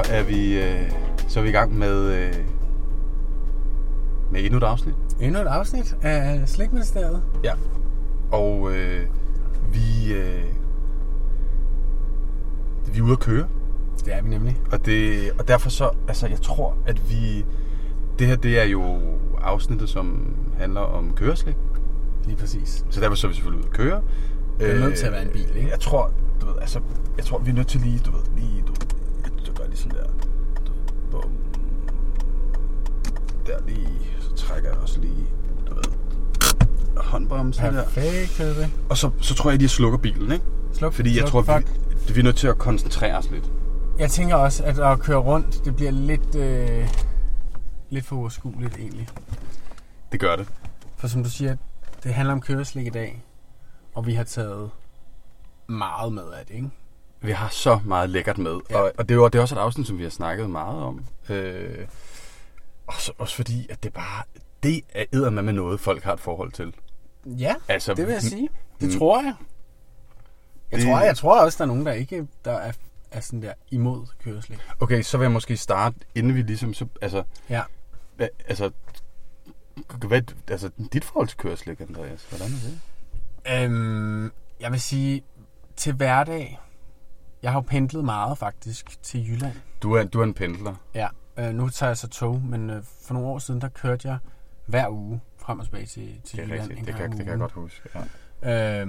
er vi i gang med endnu et afsnit. Endnu et afsnit af Slikministeriet. Ja. Og vi er ude at køre. Det er vi nemlig. Og derfor så, altså jeg tror, at det her, det er jo afsnittet, som handler om køreslik. Lige præcis. Så derfor så er vi selvfølgelig ude at køre. Det er nødt til at være en bil, ikke? Jeg tror, vi er nødt til lige, jeg gør lige sådan der. Bum. Der lige, så trækker jeg også lige, håndbremsen der. Perfekt. Og så tror jeg, at de slukker bilen, ikke? Fordi jeg tror, vi er nødt til at koncentrere os lidt. Jeg tænker også, at køre rundt, det bliver lidt for uoverskueligt egentlig. Det gør det. For som du siger, det handler om køreslik i dag, og vi har taget meget med af det, ikke? Vi har så meget lækkert med, ja. Og det er også et afsnit, som vi har snakket meget om. Også fordi, at det er eddermame med noget, folk har et forhold til. Ja, altså, det vil jeg sige. Det tror jeg. Jeg tror også, der er nogen, der er sådan der imod køreslik. Okay, så vil jeg måske starte, inden vi ligesom... Ja. Hvad dit forhold til køreslik, Andreas? Hvordan er det? Jeg vil sige, til hverdag... Jeg har jo pendlet meget faktisk til Jylland. Du er en pendler? Ja. Nu tager jeg så tog, men for nogle år siden, der kørte jeg hver uge frem og tilbage til Jylland. Rigtigt. Det kan jeg godt huske, ja.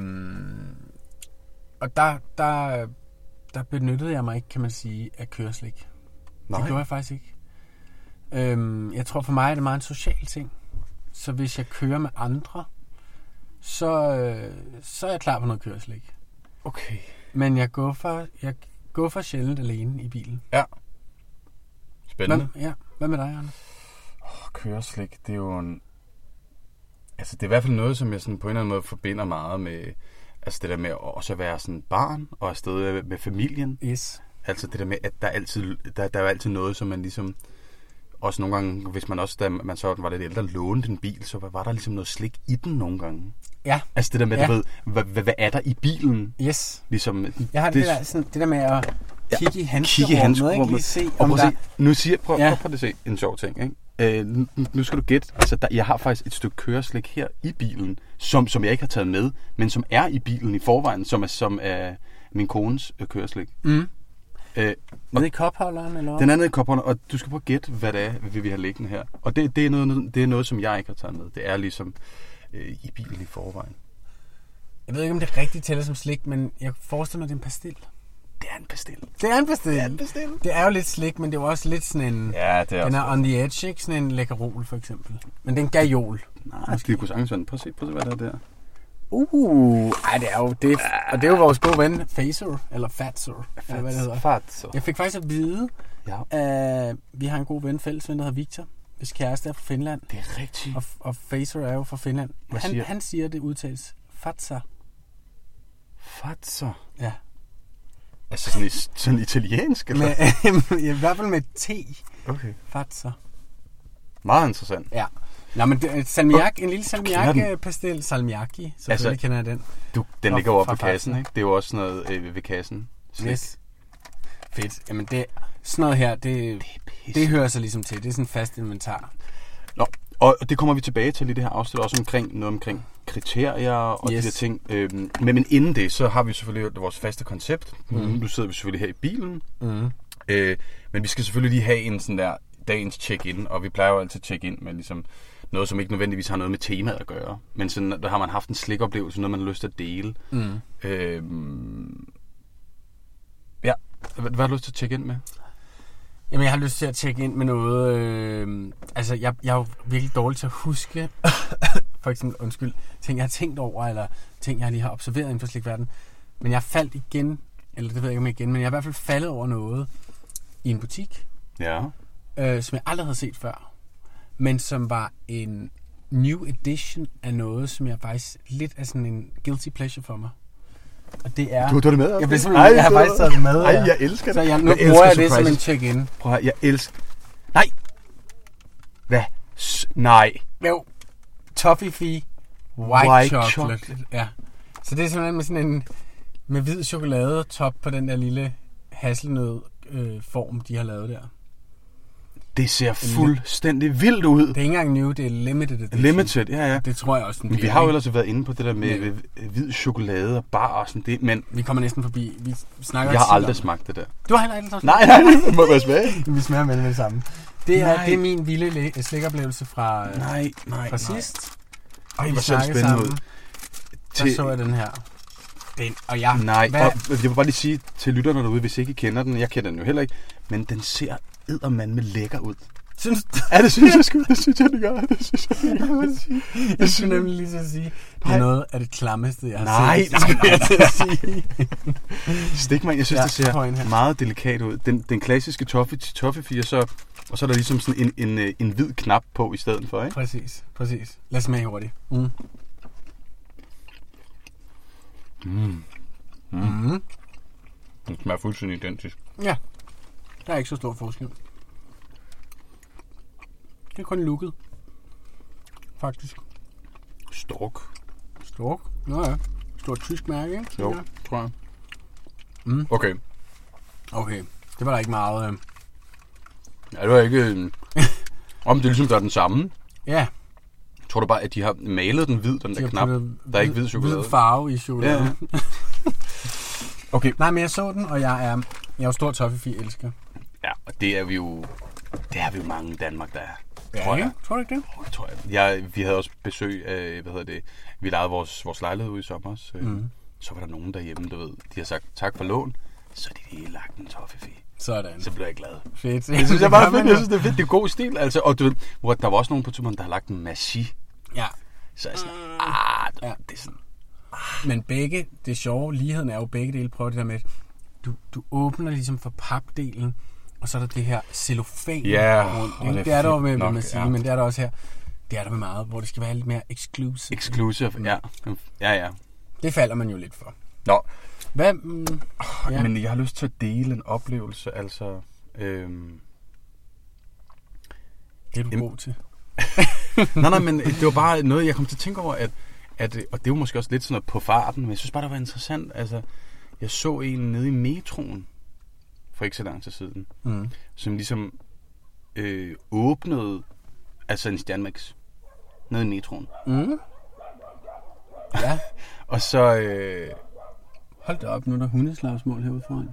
Og der benyttede jeg mig ikke, kan man sige, af køreslik. Nej. Det gjorde jeg faktisk ikke. Jeg tror for mig, er det meget en social ting. Så hvis jeg kører med andre, så er jeg klar på noget køreslik. Okay. Men jeg går for sjældent alene i bilen. Ja. Spændende. Hvad med dig, Anders? Køreslik, det er jo det er i hvert fald noget, som jeg sådan på en eller anden måde forbinder meget med... Altså det der med også at være sådan barn og afsted med familien. Yes. Altså det der med, at der er jo altid noget, som man ligesom... Også nogle gange, hvis man også, da man så var lidt ældre, lånte en bil, så var der ligesom noget slik i den nogle gange. Ja. Altså det der med, du ved, hvad er der i bilen? Yes. Ligesom, jeg har det der med at kigge i handskerummet, ikke? Og prøv at se en sjov ting, ikke? Nu skal du gætte, altså jeg har faktisk et stykke køreslik her i bilen, som jeg ikke har taget med, men som er i bilen i forvejen, som er min kones køreslik. Mm. Nede i kopholderen, eller hvad? Den er nede i kopholderen, og du skal prøve at gætte, hvad det er, vi har liggende her. Og det er noget, som jeg ikke har taget med. Det er ligesom i bilen i forvejen. Jeg ved ikke, om det rigtigt tæller som slik, men jeg forestiller mig, det er en pastil. Det er en pastil. Det er jo lidt slik, men det er jo også lidt sådan en... Ja, det er den er on the edge, ikke? Sådan en lækkerol, for eksempel. Men det er en gajol. Nej, det kunne sagtens være. Prøv at se, hvad det er der. Det er jo det. Og det er jo vores gode ven, Fazer, eller Fatzer, eller hvad det hedder. Fatzer. Jeg fik faktisk at vide, at vi har en god ven, fælles ven, der hedder Victor, hvis kæreste er fra Finland. Det er rigtigt. Og Fazer er jo fra Finland. Han siger, det udtales Fatzer. Fatzer? Ja. Altså sådan italiensk, eller? I hvert fald med T. Okay. Fatzer. Meget interessant. Ja. Nå, men salmiak, en lille salmiak-pastil. Salmiakki, selvfølgelig kender jeg den. Den ligger over på kassen, ikke? Det er jo også noget ved kassen. Yes. Fedt. Jamen sådan noget her, det hører sig ligesom til. Det er sådan en fast inventar. Nå, og det kommer vi tilbage til i det her afsnit, også omkring kriterier og de der ting. Men inden det, så har vi selvfølgelig vores faste koncept. Nu sidder vi selvfølgelig her i bilen. Men vi skal selvfølgelig lige have en sådan der dagens check-in, og vi plejer jo altid at check-in med ligesom noget, som ikke nødvendigvis har noget med temaet at gøre. Men sådan, der har man haft en slikoplevelse, noget man har lyst til at dele. Hvad har du lyst til at check ind med? Jamen, jeg har lyst til at tjekke ind med noget... jeg er jo virkelig dårlig til at huske, for eksempel, ting, jeg har tænkt over, eller ting, jeg lige har observeret inden for slikverden. Men jeg faldt igen, eller det ved jeg ikke om igen, men jeg har i hvert fald faldet over noget i en butik, som jeg aldrig havde set før, men som var en new edition af noget, som jeg faktisk lidt er sådan en guilty pleasure for mig. Og det er... Du har det med? Jeg har faktisk taget det med. Ej, jeg elsker det. Så nu bruger jeg det som en check-in. Prøv at høre, jeg elsker... Nej! Hvad? Nej. Jo. Toffee White chocolate. Ja. Så det er simpelthen med sådan en... Med hvid chokolade top på den der lille hasselnød form, de har lavet der. Det ser fuldstændig vildt ud. Det er ikke engang new, det er limited edition. Limited, ja. Det tror jeg også, den men vi har jo ellers været inde på det der med hvid chokolade og bar og sådan det, men... Vi kommer næsten forbi. Vi snakker jeg har aldrig smagt det der. Du har heller aldrig smagt? Nej, må jeg smage? Vi smager med det samme. Det er min vilde slækoplevelse fra sidst. Ej, hvor ser det spændende ud. Der så jeg den her. Og jeg... Nej, og jeg vil bare lige sige til lytterne derude, hvis ikke I kender den, jeg kender den jo heller ikke, men den ser eddermand med lækker ud. Synes du? Ja, det synes jeg sgu. Det synes jeg, det gør. Jeg skulle nemlig lige til at sige, det er noget af det klammeste, jeg har set. Nej. Stik mig, jeg synes, det ser meget delikat ud. Den klassiske toffee, og så er der ligesom sådan en hvid knap på i stedet for, ikke? Præcis. Lad os smage hurtigt. Den smager fuldstændig identisk. Ja, der er ikke så stor forskel. Det er kun lukket. Faktisk. Stork. Nå ja. Stort tysk mærke, ikke? Jo, tror jeg. Okay. Det var der ikke meget... Ja, det var ikke... Om det er ligesom, der er den samme. Ja. Tror du bare, at de har malet den hvid, den der knap? Der er ikke hvid chokolade. Hvid farve i chokolade. Ja. Okay. Nej, men jeg så den, og jeg er jo stor toffee-elsker. Ja, og det er vi jo mange i Danmark, der er. Ja, tror jeg. Tror du ikke det? Det tror jeg. Vi havde også besøg af, vi lejede vores lejlighed ude i sommer. Så var der nogen derhjemme, du ved, de har sagt tak for lån, så de lige lagt en toffee. Sådan. Så blev jeg glad. Fedt. Det synes jeg bare fedt. Jeg synes, det er fedt. Det er god stil, altså. Og du ved, hvor der var også nogen på turen, der har lagt en magie. Ja. Så er sådan, det er sådan... Men begge, det sjove, ligheden er jo begge dele, prøver det der med, du åbner ligesom for papdelen, og så er der det her cellofan rundt. Det er der jo med, man sige, men det er der også her. Det er der med meget, hvor det skal være lidt mere exclusive. Exclusive, ja. Det falder man jo lidt for. Nå. Hvad? Men jeg har lyst til at dele en oplevelse, altså... Det er du god til. nej, men det var bare noget, jeg kom til at tænke over, at og det er jo måske også lidt sådan noget på farten, men jeg synes bare, det var interessant. Altså, jeg så en nede i metroen, for ikke så lang tid siden, som ligesom åbnede, altså en Stjernmix, nede i metroen. Ja. Og så... Hold da op, nu er der hundeslagsmål herude foran.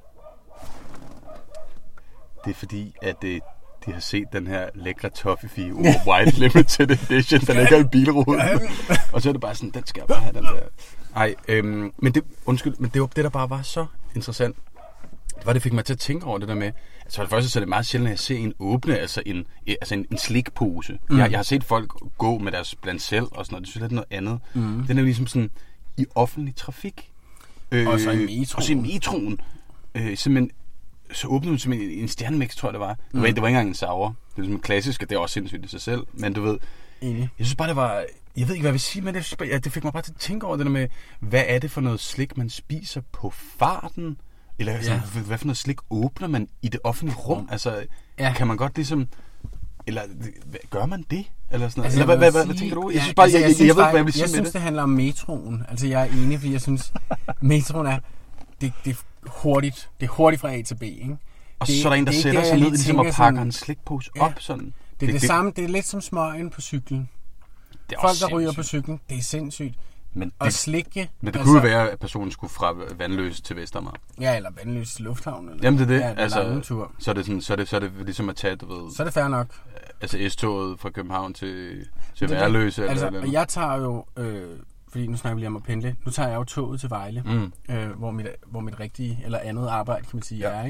Det er fordi, at de har set den her lækre toffee White Limited Edition, der ligger i bilruden. Og så er det bare sådan, den skal jeg bare have, den der. Ej, men det var det, der bare var så interessant. Det var, det fik mig til at tænke over det der med, altså for det første så er det meget sjældent, at jeg ser en åbne, altså en slikpose. Jeg har set folk gå med deres blandt selv og sådan noget, det synes jeg er noget andet. Den er jo ligesom sådan i offentlig trafik. Og så i metroen. Og så i metroen. Simpelthen, så åbnede hun simpelthen en Stjernmix, tror jeg det var. Det var ikke engang en sour. Det er ligesom klassisk, og det er også sindssygt i sig selv. Men du ved, jeg synes bare, det var... Jeg ved ikke, hvad jeg vil sige, men det fik mig bare til at tænke over det der med, hvad er det for noget slik, man spiser på farten? Eller sådan, hvad for noget slik åbner man i det offentlige rum? Altså, kan man godt ligesom... Eller gør man det? Eller sådan noget? Altså, hvad tænker du? Jeg synes bare, jeg ved ikke, hvad jeg vil sige med det. Jeg synes, det handler om metroen. Altså, jeg er enig, fordi jeg synes, metroen er... Det er hurtigt. Det er hurtigt fra A til B, ikke? Og så er der en, der sætter sig ned ligesom og pakker en slikpose op sådan. Det er det samme. Det er lidt som smøgen på cyklen. Folk, der ryger på cyklen, det er sindssygt. Men og slikke... Men det kunne jo være, at personen skulle fra Vandløse til Vestermager. Ja, eller Vandløse til Lufthavn. Eller, jamen, det er det. Ja, altså, så er det ligesom at tage, du ved... Så er det fair nok. Altså S-toget fra København til Værløse. Altså, jeg tager jo... fordi nu snakker vi lige om at pendle. Nu tager jeg jo toget til Vejle, hvor mit rigtige eller andet arbejde, kan man sige, er,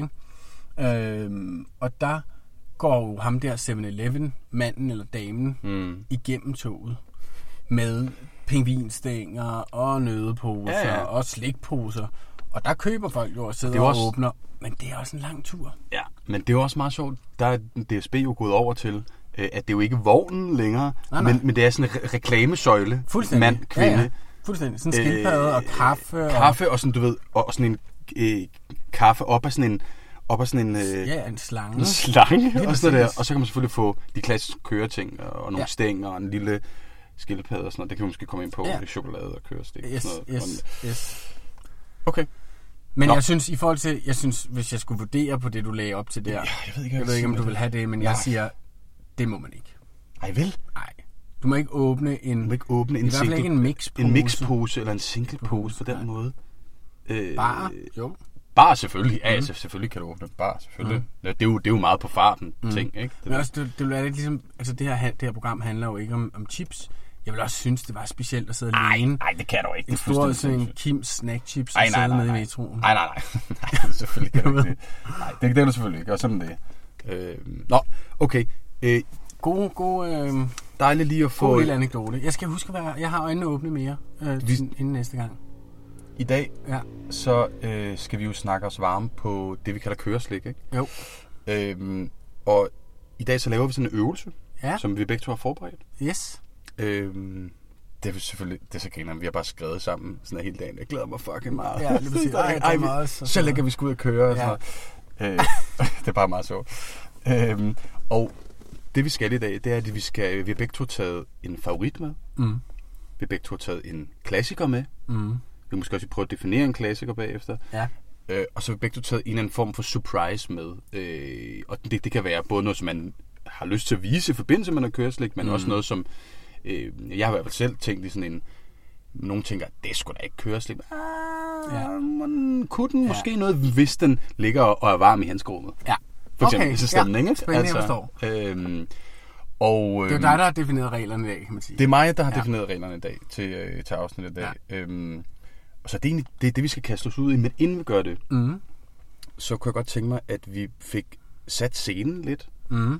ikke? Og der går jo ham der 7-Eleven, manden eller damen, igennem toget med pingvinstænger og nøddeposer og slikposer. Og der køber folk jo og sidder og åbner. Men det er også en lang tur. Ja, men det er også meget sjovt. Der er DSB jo gået over til, at det er jo ikke vognen længere, men det er sådan en reklamesøjle. Fuldstændig. Mand, kvinde. Ja. Fuldstændig. Sådan en skildpadde og kaffe. Kaffe og sådan, du ved, og sådan en kaffe op af sådan en... en slange. En slange og sådan der. Og så kan man selvfølgelig få de klassiske køreting og nogle stænger og en lille skildpadde og sådan noget. Det kan man måske komme ind på. Chokolade og kørestik. Yes. Okay. Men jeg synes, i forhold til, hvis jeg skulle vurdere på det, du lagde op til der, jeg ved ikke om du vil have det, men jeg siger, det må man ikke. Ej, vel? Nej. Du må ikke åbne en... Du må ikke åbne en single... ikke en mixpose. En mixpose eller en singlepose på den måde. Bare? Jo. Bare selvfølgelig. Ja, selvfølgelig kan du åbne bare selvfølgelig. Det er jo meget på farten ting, ikke? Men også, det vil være lidt ligesom... Altså, det her program handler jo ikke om chips. Jeg vil også synes, det var specielt at sidde alene. Nej, det kan du ikke. En stor sådan Kims snackchips og sidde med i metroen. Nej, selvfølgelig kan du ikke det. Nej, det kan du selvfølgelig ikke. Og sådan det. Nå, okay. God dejligt lige at få... God lille anekdote. Jeg skal huske, jeg har øjnene åbne mere inden næste gang. I dag, så skal vi jo snakke os varme på det, vi kalder køreslik, ikke? Jo. Og i dag så laver vi sådan en øvelse, ja, som vi begge to har forberedt. Yes. Det er selvfølgelig, det er så griner, vi har bare skrevet sammen sådan hele dagen. Jeg glæder mig fucking meget. Ja, lige præcis. Så lægger vi sgu ud at køre. Ja. Det er bare meget sjovt. Og det vi skal i dag, det er, at vi har begge to taget en favorit med. Vi har begge to taget en klassiker med. Vi måske også prøve at definere en klassiker bagefter. Ja. Og så har vi begge to taget en eller anden form for surprise med. Og det kan være både noget, som man har lyst til at vise i forbindelse med noget køreslik, men også noget, som jeg har i hvert fald selv tænkt i sådan en... Nogen tænker, det skulle da ikke køreslik. Man kunne den måske noget, hvis den ligger og er varm i handskerummet. Ja. For eksempel så stemning, ikke? Spændende, jeg forstår. Og, det er dig, der har defineret reglerne i dag, kan man sige. Det er mig, der har defineret reglerne i dag til afsnittet i dag. Ja. Og så det er egentlig det, vi skal kaste os ud i. Men inden vi gør det, så kunne jeg godt tænke mig, at vi fik sat scenen lidt.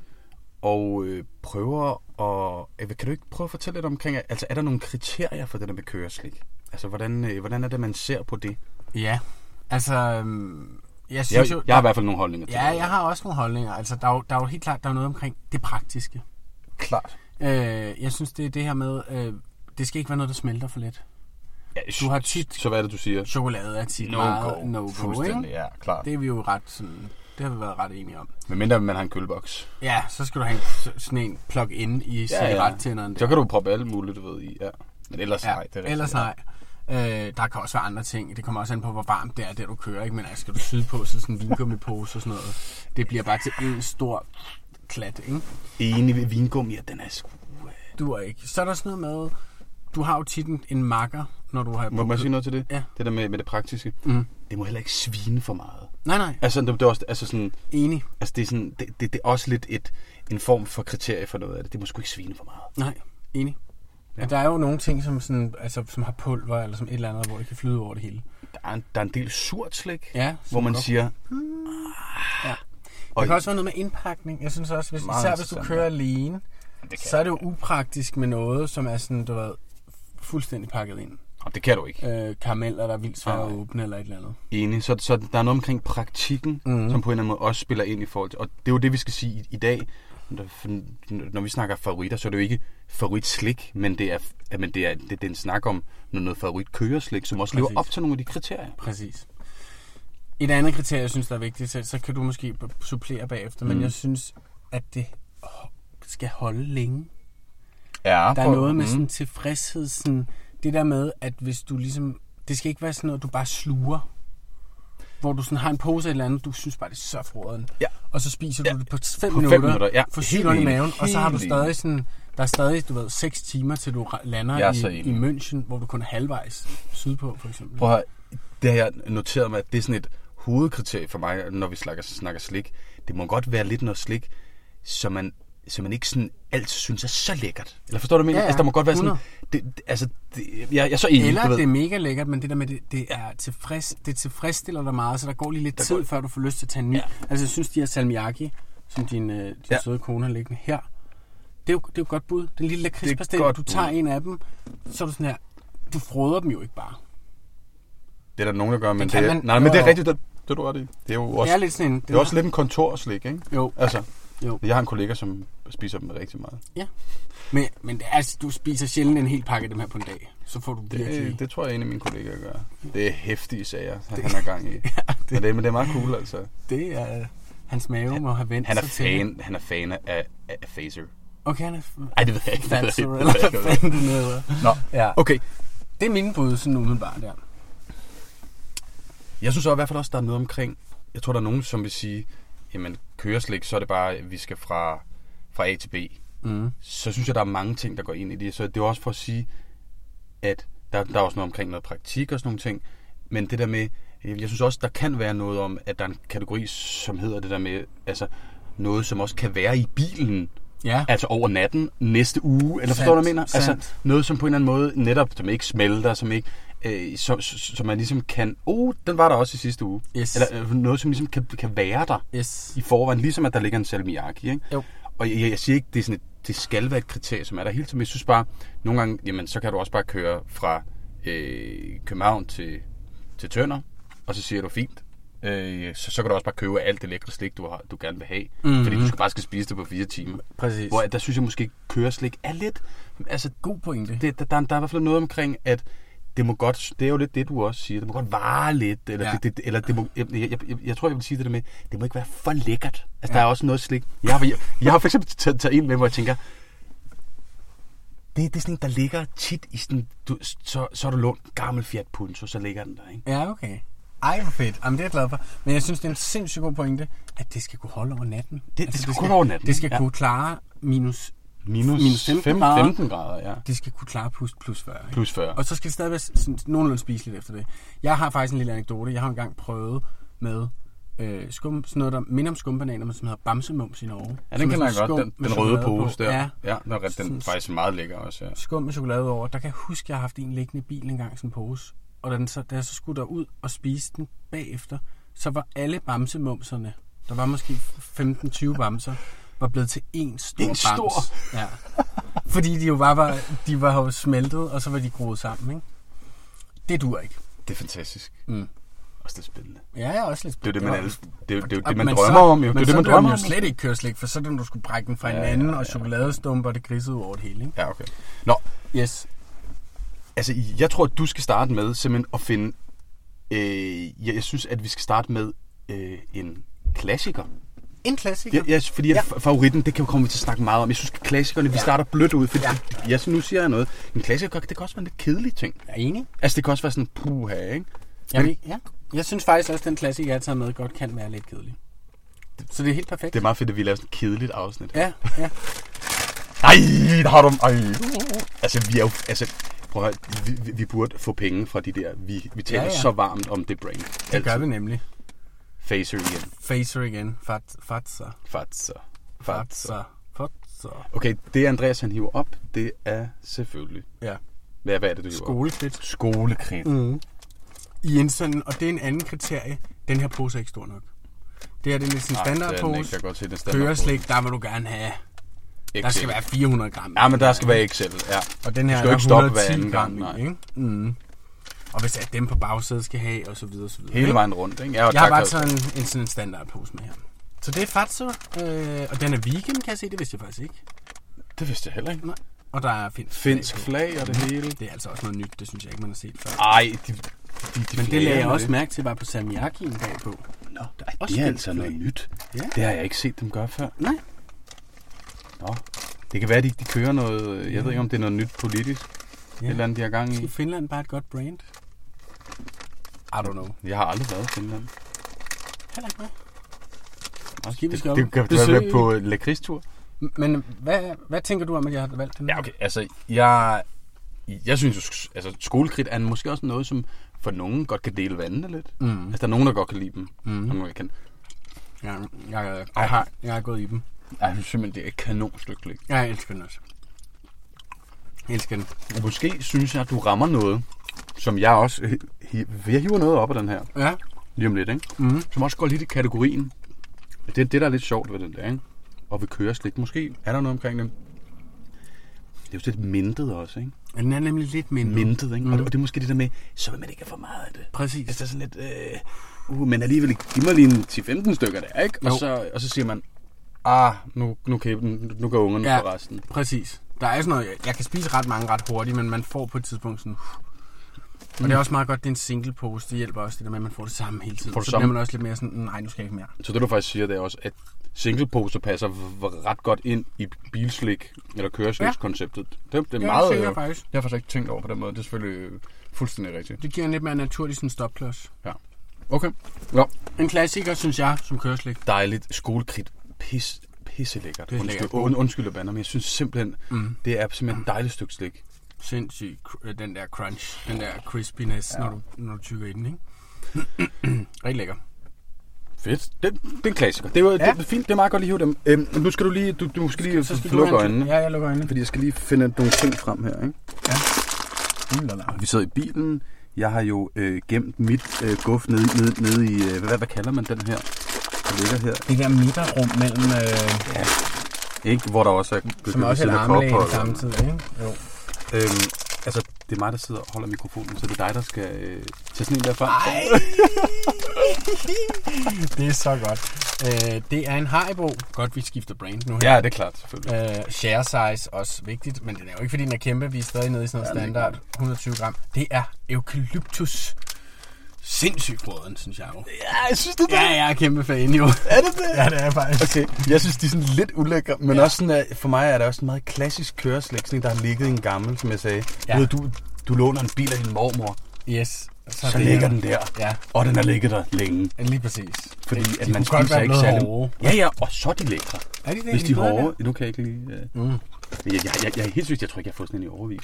Og prøver at... Kan du ikke prøve at fortælle lidt omkring... Altså, er der nogle kriterier for det der med køreslik? Altså, hvordan er det, man ser på det? Ja, altså... Jeg har i hvert fald nogle holdninger til det. Ja, jeg har også nogle holdninger. Altså, der er jo helt klart, der er noget omkring det praktiske. Klart. Jeg synes, det er det her med... det skal ikke være noget, der smelter for let. Ja, du har tit... Så hvad er det, du siger? Chokolade er tit meget no-go, fuldstændig, ja, klart. Det er vi jo ret sådan... Det har vi været ret enige om. Men mindre man har en køleboks. Ja, så skal du have sådan en plug-in i cigarettænderen. Så kan du proppe alt muligt, du ved, i. Ja. Men ellers nej. Det er ellers nej. Der kan også være andre ting. Det kommer også an på, hvor varmt det er, der du kører. Ikke? Men skal du syde på sådan en vingummipose og sådan noget. Det bliver bare til en stor klat, ikke? Enig ved vingummi, den er sgu... Du er ikke. Så er der sådan noget med... Du har jo tit en makker, når du har... Må man sige noget til det? Ja. Det der med det praktiske. Det må heller ikke svine for meget. Nej. Altså, det er også altså sådan... Enig. Altså, det er sådan... Det er også lidt en form for kriterie for noget af det. Det må sgu ikke svine for meget. Nej, enig. Ja. Der er jo nogle ting, som, sådan, altså, som har pulver, eller som et eller andet, hvor det kan flyde over det hele. Der er en del surt slik, hvor man siger... Ja. Der kan også være noget med indpakning. Jeg synes også, især hvis du kører alene, så er det jo upraktisk med noget, som er sådan, du ved, fuldstændig pakket ind. Og det kan du ikke. Karameller, der er vildt svært at åbne, eller et eller andet. Enig. Så der er noget omkring praktikken, som på en eller anden måde også spiller ind i forhold til... Og det er jo det, vi skal sige i dag. Når vi snakker favoritter, så er det jo ikke favoritslik, men det er en snak om noget favoritkøreslik, som også lever op til nogle af de kriterier. Præcis. Et andet kriterie, jeg synes, der er vigtigt, så kan du måske supplere bagefter, men jeg synes, at det skal holde længe. Ja, der er noget med sådan tilfredshed, sådan, det der med, at hvis du ligesom, det skal ikke være sådan noget, du bare sluger, hvor du sådan har en pose eller andet, du synes bare, det er så froden. Ja. Og så spiser du det på 5 minutter, får sygt i maven, og så har du stadig sådan, der er stadig, du ved, 6 timer, til du lander i München, hvor du kun er halvvejs sydpå, for eksempel. Prøv at høre, det har jeg noteret mig, at det er sådan et hovedkriterie for mig, når vi snakker slik. Det må godt være lidt noget slik, som man ikke sådan altid synes er så lækkert. Eller forstår du, hvad jeg mener? Altså, der må godt være sådan... Jeg er så enig. Eller det er mega lækkert, men det der med, det er det tilfredsstiller dig meget, så der går lige lidt tid, før du får lyst til at tage en ny. Ja. Altså, jeg synes, de her salmiakki, som din søde kone har liggende her, det er jo godt bud. Den lille lakridspastil, du tager en af dem, så er du sådan her... Du froder dem jo ikke bare. Det er der nogen, der gør, men det er rigtigt, det er du ret i. Det er jo også, lidt sådan det er også lidt en kontorslik, ikke? Jo. Altså, jeg har en kollega, som spiser dem rigtig meget. Ja. Men altså, du spiser sjældent en hel pakke af dem her på en dag. Så får du virkelig... Det tror jeg, en af mine kollegaer gør. Det er heftige sager, han er gang i. Men det er meget cool, altså. Det er... Hans mave må have vendt sig til. Han er fan af Phaser. Okay, han er... Ej, det ved jeg ikke. Phaser, eller hvad fanden det hedder. Nå, okay. Det er mine bud, sådan umiddelbart der. Jeg synes også i hvert fald også, der er noget omkring... Jeg tror, der er nogen, som vil sige, jamen, køreslik, så er det bare, at vi skal fra A til B. Så synes jeg, der er mange ting, der går ind i det. Så det er også for at sige, at der er også noget omkring noget praktik og sådan nogle ting. Men det der med... Jeg synes også, der kan være noget om, at der er en kategori, som hedder det der med... Altså, noget, som også kan være i bilen. Ja. Altså over natten, næste uge, eller forstår du, hvad jeg mener? Altså noget, som på en eller anden måde netop, som ikke smelter, som ikke, som man ligesom kan, den var der også i sidste uge. Yes. Eller noget, som ligesom kan være der i forvejen, ligesom at der ligger en salmiak i, ikke? Jo. Og jeg siger ikke, det er sådan det skal være et kriterie, som er der hele tiden, men jeg synes bare, nogle gange, jamen, så kan du også bare køre fra København til Tønder, og så siger du fint. Så kan du også bare købe alt det lækre slik, du gerne vil have. Fordi du bare skal spise det på 4 timer. Præcis. Hvor der synes jeg måske, køreslik er lidt... Altså, god pointe. Der er i hvert fald noget omkring, at det må godt... Det er jo lidt det, du også siger. Det må godt vare lidt. Eller, det må, jeg tror, jeg vil sige det der med, det må ikke være for lækkert. Altså, der er også noget slik. Jeg har for eksempel taget en med, hvor jeg tænker... Det er sådan en, der ligger tit i sådan... Så er du lånt gammel Fiat Punto, så ligger den der, ikke? Ja, okay. Ej, hvor fedt. Jamen, det er jeg glad for. Men jeg synes, det er en sindssygt god pointe, at det skal kunne holde over natten. Det skal kunne over natten. Det skal kunne klare minus 15 grader, ja. Det skal kunne klare plus 40. Ikke? Plus 40. Og så skal det stadig være nogenlunde spiseligt efter det. Jeg har faktisk en lille anekdote. Jeg har engang prøvet med sådan noget, der minder om skumbananer, men som hedder bamsemums i Norge. Ja, den kan jeg godt. Den røde pose der. Ja, den er faktisk meget lækker også, ja. Skum med chokolade over. Der kan jeg huske, at jeg har haft en liggende i bilen engang, sådan en pose. Og da jeg så skulle derud og spise den bagefter, så var alle bamsemumserne, der var måske 15-20 bamser, var blevet til én stor bams. Ja. Fordi de jo var jo smeltet, og så var de groet sammen, ikke? Det dur ikke. Det er fantastisk. Også lidt spændende. Ja, også lidt spændende. Det er jo det, man drømmer om. Men så drømmer man jo slet ikke køreslik, for så er det, du skulle brække den fra hinanden, og chokoladestumper, det grisede over det hele, ikke? Ja, okay. Nå. Yes. Altså, jeg tror, at du skal starte med simpelthen at finde... jeg synes, at vi skal starte med en klassiker. En klassiker? Ja, fordi favoritten, det kan komme vi til at snakke meget om. Jeg synes, at klassikerne, vi starter blødt ud, fordi nu siger jeg noget. En klassiker, det kan også være en lidt kedelig ting. Jeg er enig. Altså, det kan også være sådan puha, ikke? Jeg synes faktisk også, at den klassiker, jeg tager med, godt kan være lidt kedelig. Så det er helt perfekt. Det er meget fedt, at vi laver sådan et kedeligt afsnit. Ja. Ej, der har du... Altså, vi er jo... Altså, prøv at høre, vi burde få penge fra de der... Vi taler så varmt om det brand. Det gør vi nemlig. Fazer igen. Fatser. Okay, det Andreas han hiver op, det er selvfølgelig... Ja. Hvad er det, du hiver op? Skolekridt. I en sådan... Og det er en anden kriterie. Den her pose er ikke stor nok. Det er lidt sådan standardpose. Køreslik, der vil du gerne have... XL. Der skal være 400 gram. Ja, men der skal være XL, ja. Og den her skal er ikke stoppe hver 110 gram i, ikke? Og hvis dem på bagsædet skal have, og så videre, så videre. Hele vejen rundt, ikke? Jeg har bare sådan en standardpose med her. Så det er Fatso, og den er vegan, kan jeg se. Det vidste jeg faktisk ikke. Det vidste jeg heller ikke. Nej. Og der er finsk flag og det hele. Det er altså også noget nyt, det synes jeg ikke, man har set før. Ej, men det lagde jeg også mærke til, bare på salmiakien bagpå. Nå, det er altså noget nyt. Ja. Det har jeg ikke set dem gøre før. Nej. Nå, det kan være, de kører noget... Jeg ved ikke, om det er noget nyt politisk. Ja. Et eller andet, de har gang i. Er Finland bare et godt brand? I don't know. Jeg har aldrig været i Finland. Heller ikke med. Det kan være på lakridstur. Men hvad tænker du om, at jeg har valgt den? Ja, okay. Altså, jeg synes jo, altså, skolekridt er måske også noget, som for nogen godt kan dele vandene lidt. Altså, der er nogen, der godt kan lide dem. Jeg kan. Jeg har gået i dem. Jeg synes simpelthen, det er et kanonstykke slik. Jeg elsker den også. Jeg elsker den. Og måske synes jeg, at du rammer noget, som jeg også... Jeg hiver noget op af den her. Ja. Lige om lidt, ikke? Som også går lidt i kategorien. Det der er lidt sjovt ved den der, ikke? Og vi kører slik. Måske er der noget omkring dem. Det er jo lidt mintet også, ikke? Ja, den er nemlig lidt mintet. Mintet, ikke? Og det er måske det der med, så vil man ikke have for meget af det. Præcis. Altså, det er sådan lidt... men alligevel, giv mig lige 10-15 stykker der, ikke? Og så siger man, nu går ungerne for resten. Præcis. Der er sådan noget, jeg kan spise ret mange ret hurtigt, men man får på et tidspunkt sådan... Og det er også meget godt, det er en single pose. Det hjælper også det der med, at man får det samme hele tiden. Så bliver man også lidt mere sådan, nej, nu skal jeg ikke mere. Så det du faktisk siger, det er også, at single poser passer ret godt ind i bilslik eller køreslikskonceptet. Det er meget... Det faktisk. Jeg har faktisk ikke tænkt over på den måde. Det er selvfølgelig fuldstændig rigtigt. Det giver en lidt mere naturlig sådan stopklods. Ja. Okay. Ja. En klassiker, synes jeg, som køreslæg. Dejligt. Skolekridt. Pisse lækkert. Undskyld, jeg bander, men jeg synes simpelthen, det er simpelthen et dejligt stykke slik. Sindssygt. Den der crunch, den der crispiness, når du tykker i den, ikke? Rigtig lækker. Fedt. Det er en klassiker. Det er fint. Det er meget godt lige hive dem. Nu skal du lige, du skal lige lukke øjnene. Ja, jeg lukker øjnene. Fordi jeg skal lige finde nogle ting frem her, ikke? Ja. Vi sidder i bilen. Jeg har jo gemt mit guf nede i, hvad kalder man den her? Der ligger her. Det der midterrum mellem... Ikke, hvor der også er... Som også er armlægen samtidig, ikke? Jo. Altså, det er mig, der sidder og holder mikrofonen, så det er dig, der skal tage sådan en der frem. Det er så godt. Det er en Haribo. Godt, vi skifter brand nu her. Ja, det er klart, selvfølgelig. Share size, også vigtigt, men det er jo ikke, fordi den er kæmpe. Vi er stadig nede i sådan noget standard. 120 gram. Det er eukalyptus. Sindssygt frøden, synes jeg jo. Ja, jeg synes det er. Ja, jeg er kæmpe fan jo. Er det det? Ja, det er faktisk. Okay, jeg synes, de er sådan lidt ulækre, men også sådan, for mig er der også en meget klassisk køreslæg, sådan en, der har ligget i en gammel, som jeg sagde. Ja. Du låner en bil af din mormor. Yes. Så ligger den der, og den har ligget der længe. Lige præcis. Fordi at man spiser ikke særlig. Ja, og så er de lækre. Er de det? Hvis de er hårde. Nu kan jeg ikke lige... Jeg er helt sygt, jeg tror ikke, jeg har fået sådan en i overvis.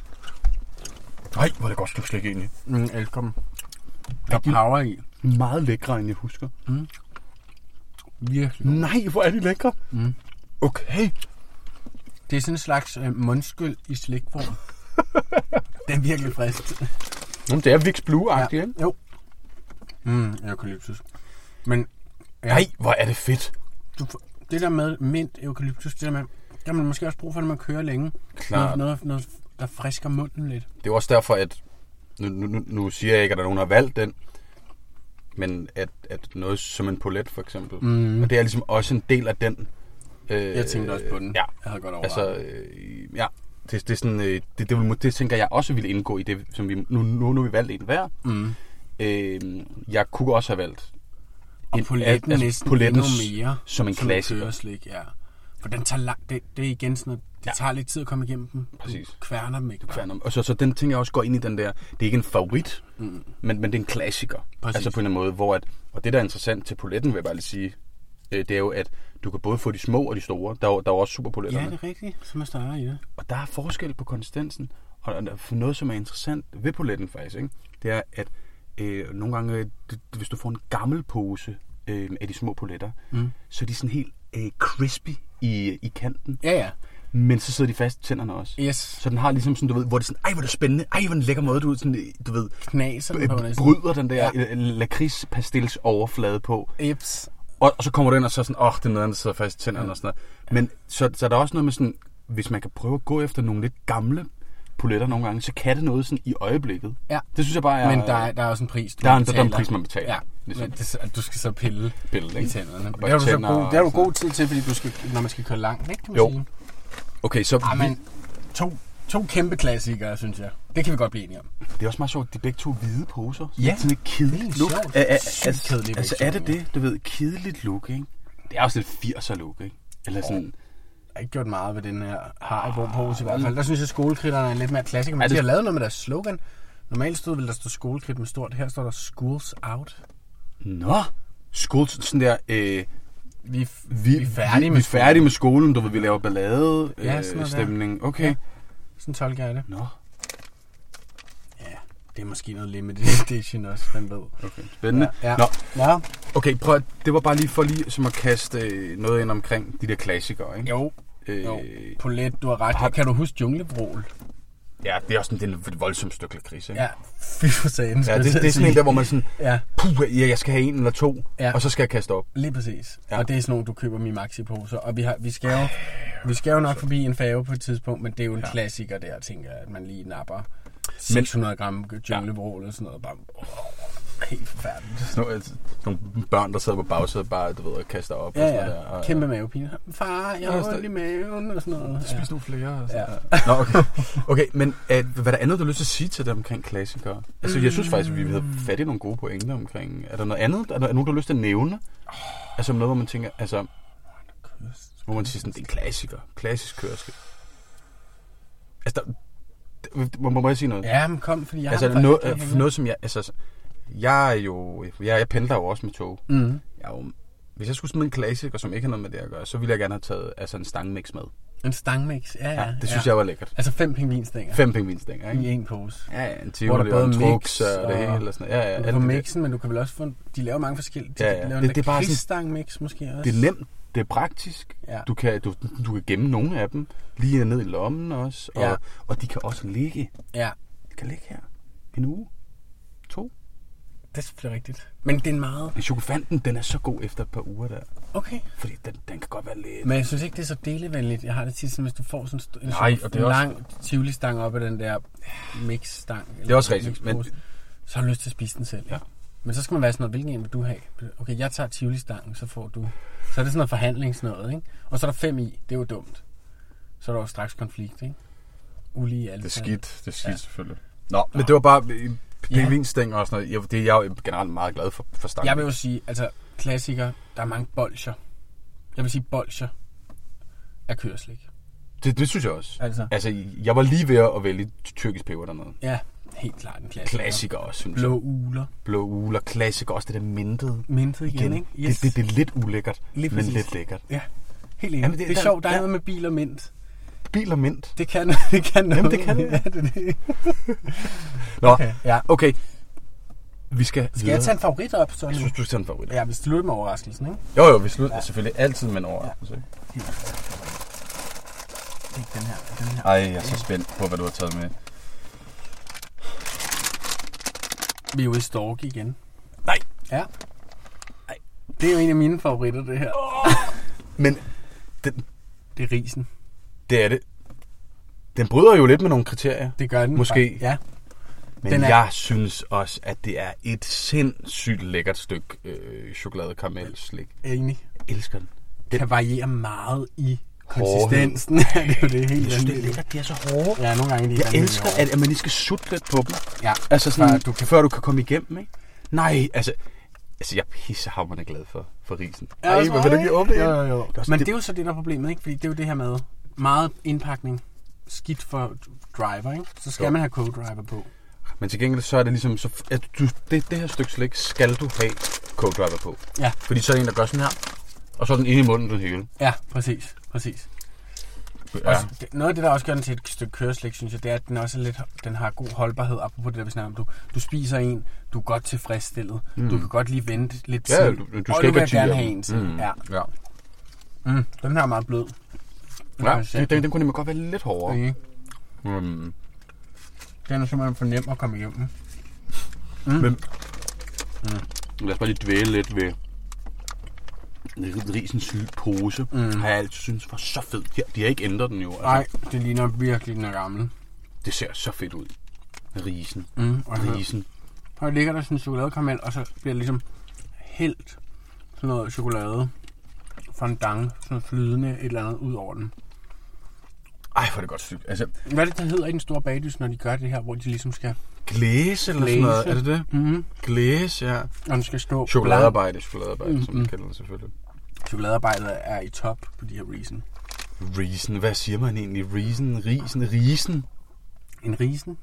Nej, hvor er det godt stykke slik egentlig. Elsker dem. Der er power i. Meget lækre, end jeg husker. Virkelig. Nej, hvor er de lækre. Okay. Det er sådan en slags mundskyld i slikform. Det er virkelig frisk. Det er Vicks Blue-agtigt, ikke? Jo. Eukalyptus. Men... Nej, hvor er det fedt. Det der med mint eukalyptus, det der med... Der har man måske også brug for, når man kører længe. Klart. Noget, der frisker munden lidt. Det er også derfor, at... Nu siger jeg ikke, at der er nogen, der har valgt den. Men at noget som en polet, for eksempel. Og det er ligesom også en del af den... jeg tænkte også på den. Ja. Jeg havde godt overvejet. Ja. Det er sådan, det tænker jeg også ville indgå i det, som vi nu vi valgt en hver. Jeg kunne også have valgt og poletten næsten endnu mere som en klassiker. Køreslik, ja. For den tager det er igen sådan noget, det tager lidt tid at komme igennem dem. Præcis. Du kværner dem ikke. Og så den ting jeg også går ind i den der, det er ikke en favorit, men det er en klassiker. Præcis. Altså på en måde, hvor og det der er interessant til poletten, vil jeg bare lige sige, det er jo, at du kan både få de små og de store. Der er også superpoletterne. Ja, det er rigtigt, som er større i det. Og der er forskel på konsistensen. Og for noget, som er interessant ved poletten faktisk, ikke? Det er, at nogle gange, hvis du får en gammel pose af de små poletter, så er de sådan helt crispy i kanten. Ja. Men så sidder de fast i tænderne også. Yes. Så den har ligesom sådan, du ved, hvor det er sådan, ej, hvor er det spændende, ej, hvor er den lækker måde, du ved, knaser bryder den der lakridspastils overflade på. Ips. Og så kommer du ind og så sådan, det er noget, der sidder fast i tænderne og sådan noget. Men så er der også noget med sådan, hvis man kan prøve at gå efter nogle lidt gamle poletter nogle gange, så kan det noget sådan i øjeblikket. Ja. Det synes jeg bare er... Men der er også en pris, der er en pris, man betaler. Ja, ligesom. Men du skal så pille i tænderne. Det er du god tid til, fordi du skal, når man skal køre langt, ikke, kan man sige. Okay, så... men to kæmpe klassikere, synes jeg. Det kan vi godt blive enige om. Det er også meget sjovt, de begge to hvide poser. Ja. Sådan et kedeligt look. Kedeligt. Altså er det, du ved, kedeligt look, ikke? Det er også lidt 80'er look, ikke? Eller sådan... Jeg har ikke gjort meget ved den her Haribo-pose i hvert fald. Der synes jeg, skolekritterne er lidt mere klassiker. Men de har lavet noget med deres slogan. Normalt vil der stå skolekridt med stort. Her står der schools out. Nå! Schools, sådan der... Vi er færdige med skolen. Du ved, vi laver ballade stemning. Okay. Ja, sådan tolker jeg det. Nå. Ja, det er måske noget limited edition også, hvem ved. Okay, spændende. Ja. Nå. Okay, prøv, det var bare lige for som at kaste noget ind omkring de der klassikere, ikke? Jo. Polet, du har ret. Kan du huske Junglevrål? Ja, det er også sådan et voldsomt stykke lakrids, ikke? Ja, fy for sagen. Ja, det er sådan en der, hvor man sådan, jeg skal have en eller to, ja. Og så skal jeg kaste op. Lige præcis. Ja. Og det er sådan nogle, du køber i Maxi-poser. Og vi skal jo nok forbi en færge på et tidspunkt, men det er jo en klassiker der, tænker jeg, at man lige napper 600 gram Junglevrål eller sådan noget. Bare, helt forfærdeligt. Nogle børn, der sidder på bagsædet bare, du ved, og kaster op. Ja, og sådan der. Kæmpe mavepine. Far, jeg har ondt i maven og sådan noget. Spis nogle flere. Nå, okay. Okay, men hvad er der andet, du har lyst til at sige til dem omkring klassikere? Altså, jeg synes faktisk, at vi havde fat i nogle gode pointer omkring... Er der noget andet? Er der nogen, du har lyst til at nævne? Altså, noget, hvor man tænker... Altså, hvor man siger sådan, det er en klassiker. Klassisk kørsel. Altså, må jeg sige noget? Ja, men kom, fordi jeg har noget som jeg... Altså, Jeg pendler jo også med tog. Hvis jeg skulle smide en klassiker, som ikke har noget med det at gøre, så ville jeg gerne have taget en stangmix med. En stangmix, ja. Det synes jeg var lækkert. Altså 5 pingvinstænger. 5 pingvinstænger, ikke? I en pose. Ja, en tivoli og en truks og det hele. Og sådan. Ja, du kan få mixen, men du kan vel også få... De laver mange forskellige. De laver en lakridsstangmix måske også. Det er nemt. Det er praktisk. Ja. Du kan gemme nogle af dem. Lige ned i lommen også. Og de kan også ligge. Ja. De kan ligge her. En uge. 2. Det er selvfølgelig rigtigt. Men det er meget... Chokofanten, den er så god efter et par uger der. Okay. Fordi den kan godt være lidt... Men jeg synes ikke, det er så delevenligt. Jeg har det tit, hvis du får sådan en lang tivoli-stang op af den der mix-stang. Det er også rigtigt. Men... Så har du lyst til at spise den selv. Ja. Men så skal man være sådan noget, hvilken en vil du have? Okay, jeg tager tivoli-stangen, så får du... Så er det sådan noget forhandlingsnød, ikke? Og så er der 5 i. Det er jo dumt. Så er der jo straks konflikt, ikke? Ulige alt. Det er skidt selvfølgelig. Nå, men det var bare... Pingvinstænger og sådan noget. Det er jeg jo generelt meget glad for stangen. Jeg vil jo sige, altså klassiker, der er mange bolsjer. Jeg vil sige, bolsjer er kørslik. Det synes jeg også. Altså, jeg var lige ved at vælge tyrkisk peber dernede. Ja, helt klart en klassiker. Klassiker også, synes jeg. Blå uler. Klassiker også, det der mintede. Mintet igen, ikke? Yes. Det er lidt ulækkert, men lidt lækkert. Ja, helt enig. Jamen, det er sjovt, der er noget med bil og mint. Bil og mint? Det kan noget. Jamen, det kan det. Ja, det. Nå, okay. Vi skal jeg tage en favorit op? Så jeg synes, du skal tage en favorit. Ja, vi slutter med overraskelsen, ikke? Jo, vi slutter selvfølgelig altid med en overraskelse. Ja. Den her. Ej, jeg er så spændt på, hvad du har taget med. Vi er jo i Stork igen. Nej. Ja. Nej. Det er jo en af mine favoritter, det her. Men det er risen. Det er det. Den bryder jo lidt med nogle kriterier. Det gør den. Måske. Ja. Men jeg synes også, at det er et sindssygt lækkert stykke chokolade-karamelslik. Enig. Jeg elsker den. Det kan variere meget i konsistensen. Det er jo det helt andet. Det er lækkert, de er så hårde. Ja, nogle gange jeg elsker, at man lige skal sutte lidt på dem. Ja. Altså sådan, før du kan komme igennem, ikke? Nej, altså jeg er pissehamrende glad for risen. Ja, hvad vil du give åbne? Jo. Men det er jo så det, der er problemet, ikke? Fordi det er jo det her med meget indpakning. Skidt for driver, ikke? Så skal man have co-driver på. Men til gengæld så er det ligesom, at det her stykke slik skal du have co-driver på. Ja. Fordi så er en, der gør sådan her, og så er den inde i munden den hele. Ja, præcis. Ja. Også, noget af det, der også gør den til et stykke køreslik, synes jeg, det er, at den også er den har god holdbarhed, apropos det der, vi snakker om. Du spiser en, du er godt tilfredsstillet. Du kan godt lige vente lidt tid. Ja, du skal ikke gerne have en til. Ja. Den her er meget blød. Den kunne nemlig godt være lidt hårdere. Den er simpelthen for nem at komme igennem. Men lad os bare lige dvæle lidt ved risens pose. Har jeg altid synes var så fed. De har ikke ændret den jo. Altså. Nej, det ligner virkelig, den er gammel. Det ser så fedt ud. Risen. Risen. Og ligger der sådan en chokoladekaramel, og så bliver det ligesom helt sådan noget chokolade fondant, sådan noget flydende et eller andet ud over den. Ej, hvor er det godt stykke. Altså, hvad er det, der hedder i den store bagdys, når de gør det her, hvor de ligesom skal... Glæse eller sådan noget, er det det? Mm-hmm. Glæse, ja. Og den skal stå... Chokoladearbejde, som man kalder det selvfølgelig. Chokoladearbejdet er i top på de her Risen. Risen, hvad siger man egentlig? Risen? En risen? En risen?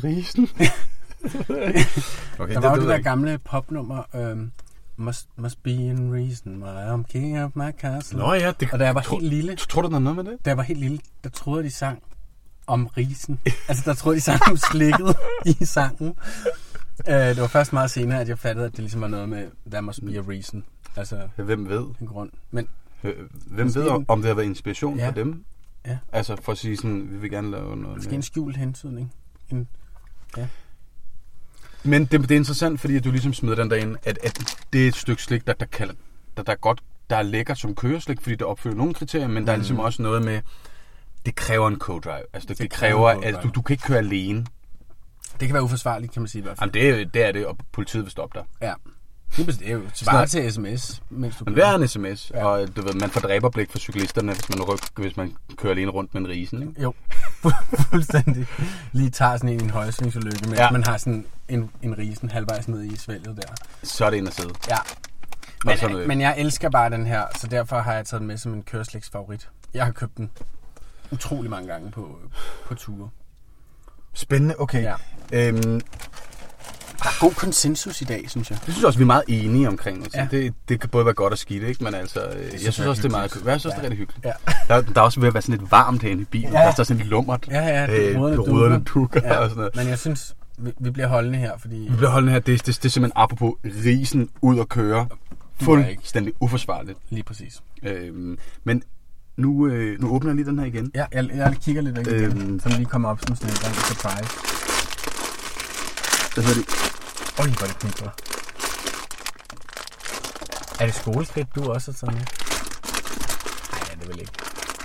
Okay, der var det der gamle popnummer... Must be in reason why I'm king of my castle. Nå ja, det... Og da jeg var helt lille... Tror du, der er noget med det? Da jeg var helt lille, der troede de sang om risen. Altså, der troede de sang om slikket i sangen. Det var først meget senere, at jeg fattede, at det ligesom var noget med there must be a reason. Altså... Hvem ved? En grund. Men... Hvem ved, om det har været inspiration for dem? Ja. Altså, for at sige sådan, vi vil gerne lave noget... Måske en skjult hentydning. Ja. Men det er interessant, fordi at du ligesom smider den der ind, at det er et stykke slik, der er godt, der er lækkert som køreslik, fordi det opfylder nogle kriterier, men der er ligesom også noget med, det kræver en co-drive. Altså det kræver, at du kan ikke køre alene. Det kan være uforsvarligt, kan man sige i hvert fald. Jamen det er det, og politiet vil stoppe dig. Ja. Det er jo svaret til sms. Men det er en sms, ja. Og du ved, man får dræberblik for cyklisterne, hvis man kører alene rundt med en risen, ikke? Jo, fuldstændig. Lige tager sådan en højsvingsulykke, mens man har sådan en risen halvvejs ned i svælget der. Så er det en at sidde. Ja. Men jeg elsker bare den her, så derfor har jeg taget den med som en køreslægs favorit. Jeg har købt den utrolig mange gange på ture. Spændende, okay. Ja. god konsensus i dag, synes jeg. Det synes jeg også, vi er meget enige omkring. Altså. Ja. Det kan både være godt og skidt, ikke? Men altså, jeg synes også, det er meget hyggeligt. Jeg synes også, det er rigtig hyggeligt. Ja. Der er også ved at være sådan lidt varmt herinde i bilen. Ja. Der står sådan lidt lummert. Ruderne dukker og sådan noget. Men jeg synes, vi bliver holdende her, fordi... Vi bliver holdende her. Det er simpelthen apropos risen ud og køre. Fuldstændig uforsvarligt. Lige præcis. Men nu åbner jeg lige den her igen. Ja, jeg kigger lidt væk igen, så lige kommer op som sådan en surprise. Hvad hedder det? Hvor er det knipper. Er det skoleskridt, du også har taget med? Nej, det vil ikke.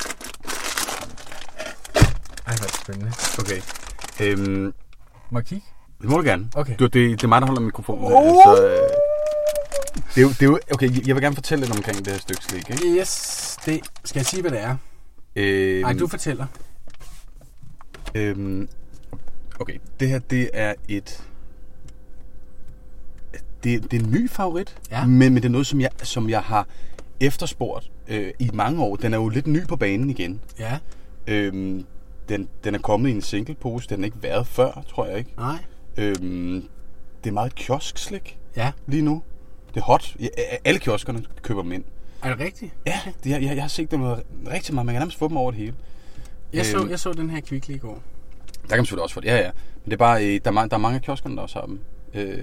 Ej, hvor er det spændende. Okay. Må jeg kigge? Det må du gerne. Okay. Det er mig, der holder mikrofonen. Så, det er jo, okay, jeg vil gerne fortælle lidt omkring det her stykke slik, ikke? Yes, skal jeg sige, hvad det er? Nej, du fortæller. Okay, det her, det er det er en ny favorit, men det er noget, som jeg har efterspurgt i mange år. Den er jo lidt ny på banen igen. Ja. Den er kommet i en single pose. Den har ikke været før, tror jeg ikke. Nej. Det er meget kioskslik lige nu. Det er hot. Alle kioskerne køber dem ind. Er det rigtigt? Ja, jeg har set dem rigtig meget. Man kan nærmest få dem over det hele. Jeg så den her Kvickly i går. Der kan man selvfølgelig også få det. Ja. Men det er bare, der er mange af kioskerne, der også har dem.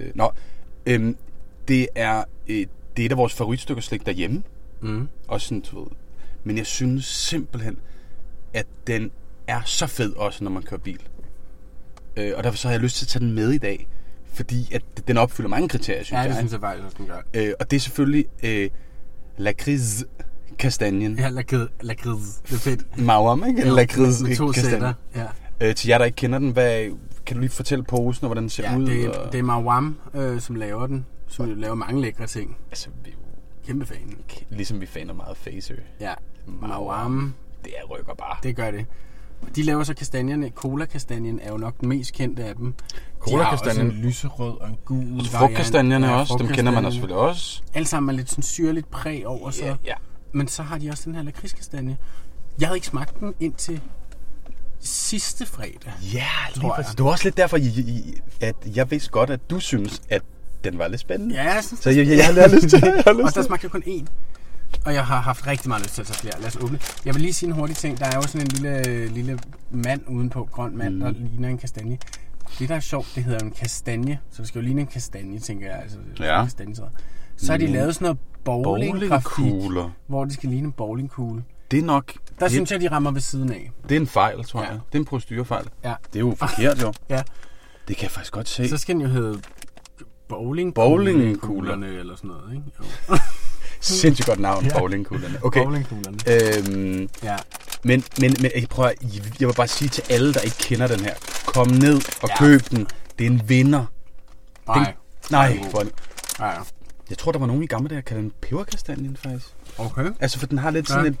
Det er et af vores favoritstykker slik derhjemme. Også sådan, du ved. Men jeg synes simpelthen, at den er så fed også, når man kører bil. Og derfor så har jeg lyst til at tage den med i dag. Fordi at den opfylder mange kriterier, synes jeg. Ja, det synes jeg faktisk også, den gør. Og det er selvfølgelig lakrids kastanjen. Ja, lakrids. Det er fedt. Mauam, ikke? Lakrids med 2 sætter. Ja. Til jer, der ikke kender den, kan du lige fortælle posen, og hvordan den ser ud? Det er Mauam, som laver den. Som laver mange lækre ting. Altså, vi er jo kæmpe fan. Ligesom vi faner meget Facer. Ja, Mauam. Det rykker bare. Det gør det. De laver så kastanjerne. Cola-kastanjen er jo nok den mest kendte af dem. Cola-kastanjen. De har også en lyserød og en gul. Frugtkastanjerne også. Dem kender man også selvfølgelig også. Alle sammen er lidt sådan syrligt præg over sig. Ja. Men så har de også den her lakridskastanje. Jeg havde ikke smagt den indtil sidste fredag. Ja, lige præcis. Det var også lidt derfor, at jeg vidste godt, at du synes, at den var lidt spændende. Ja, jeg synes, så jeg har lyst til. Og der smagte jeg kun én. Og jeg har haft rigtig meget lyst til at tage flere. Lad os åbne. Jeg vil lige sige en hurtig ting. Der er jo sådan en lille mand udenpå, grøn mand, der ligner en kastanje. Det, der er sjovt, det hedder en kastanje. Så det skal jo ligne en kastanje, tænker jeg. Altså, så har de lavet sådan noget bowling-grafik, hvor det skal ligne en bowlingkugle. Det er nok... Der synes jeg, de rammer ved siden af. Det er en fejl, tror jeg. Det er en procedurefejl. Ja. Det er jo forkert, jo. Ja. Det kan jeg faktisk godt se. Så skal den jo hedde bowlingkuglerne eller sådan noget, ikke? Jo. Sindssygt godt navn, bowlingkuglerne. Okay. Bowlingkuglerne. Men jeg vil bare sige til alle, der ikke kender den her. Kom ned og køb den. Det er en vinder. Nej. Jeg tror, der var nogen i gamle, der kaldte den peberkastanjen, faktisk. Okay. Altså, for den har lidt sådan et...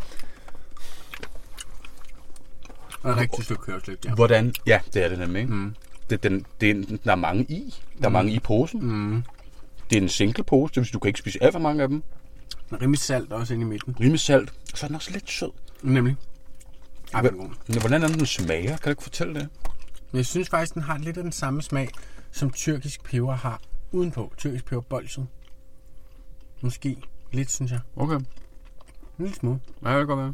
Og et rigtigt stykke køreslægt, ja. Hvordan? Ja, det er det nemlig, ikke? Der er mange i. Der er mange i posen. Det er en single pose, det vil sige, du kan ikke spise alt for mange af dem. Rimelig salt også inde i midten. Rimelig salt. Og så er den også lidt sød. Nemlig. Hvordan er den smager? Kan du ikke fortælle det? Jeg synes faktisk, den har lidt af den samme smag, som tyrkisk peber har udenpå. Tyrkisk peberbolset. Måske lidt, synes jeg. Okay. En lille smule. Ja, det kan godt være.